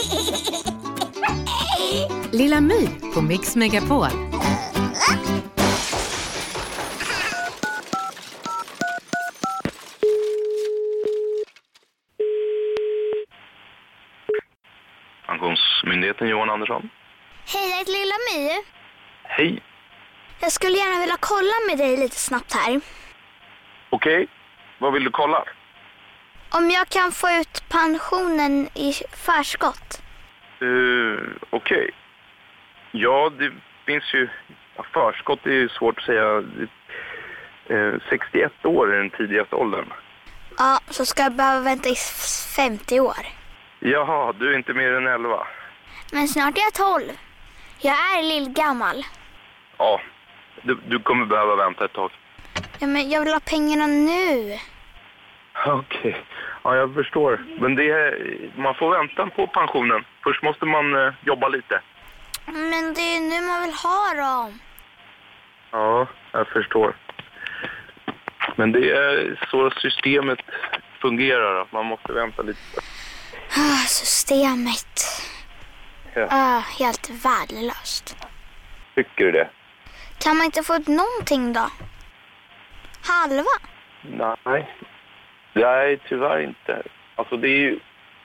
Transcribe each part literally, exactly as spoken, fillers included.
Lilla My på Mix Megapol. Pensionsmyndigheten Johan Andersson. Hej, jag heter Lilla My. Hej. Jag skulle gärna vilja kolla med dig lite snabbt här. Okej, okay. Vad vill du kolla? Om jag kan få ut pensionen i förskott. Uh, Okej. Okay. Ja, det finns ju... Ja, förskott är ju svårt att säga. Uh, sextioett år är den tidigaste åldern. Ja, så ska jag behöva vänta i femtio år. Jaha, du är inte mer än elva. Men snart är jag tolv. Jag är lillgammal. Ja, du, du kommer behöva vänta ett tag. Ja, men jag vill ha pengarna nu. Okej, okay. Ja, jag förstår. Men det är, man får vänta på pensionen. Först måste man eh, jobba lite. Men det är nu man vill ha dem. Ja, jag förstår. Men det är så systemet fungerar, att man måste vänta lite. Ah, systemet. Ja. Ah, helt värdelöst. Tycker du det? Kan man inte få ut någonting då? Halva? Nej. Nej, tyvärr inte. Alltså det är ju...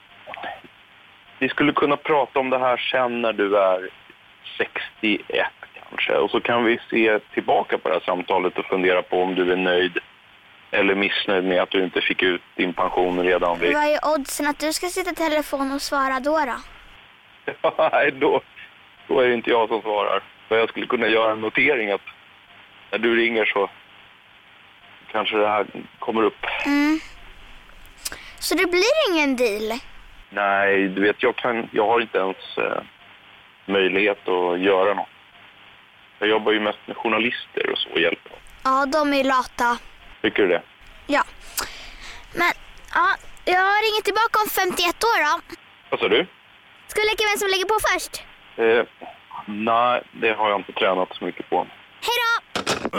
Vi skulle kunna prata om det här sen när du är sextioett kanske. Och så kan vi se tillbaka på det här samtalet och fundera på om du är nöjd eller missnöjd med att du inte fick ut din pension redan vid... Vad är oddsen att du ska sitta i telefon och svara då då? Nej, då, då är det inte jag som svarar. För jag skulle kunna göra en notering att när du ringer så kanske det här kommer upp. Mm. Så det blir ingen deal? Nej, du vet, jag, kan, jag har inte ens eh, möjlighet att göra något. Jag jobbar ju mest med journalister och så och hjälper. Ja, de är lata. Tycker du det? Ja. Men, ja, jag ringer tillbaka om femtioett år då. Vad sa du? Ska vi leka vem som lägger på först? Eh, nej, det har jag inte tränat så mycket på. Hej då!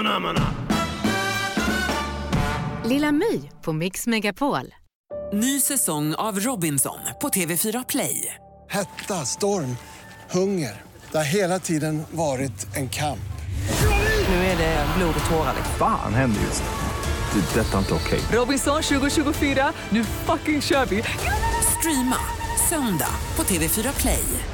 Lilla My på Mix Megapol. Ny säsong av Robinson på T V fyra Play. Hetta, storm, hunger. Det har hela tiden varit en kamp. Nu är det blod och tårar. Fan händer just det. Det är detta inte okej. Robinson tjugo tjugofyra, nu fucking kör vi. Streama söndag på T V fyra Play.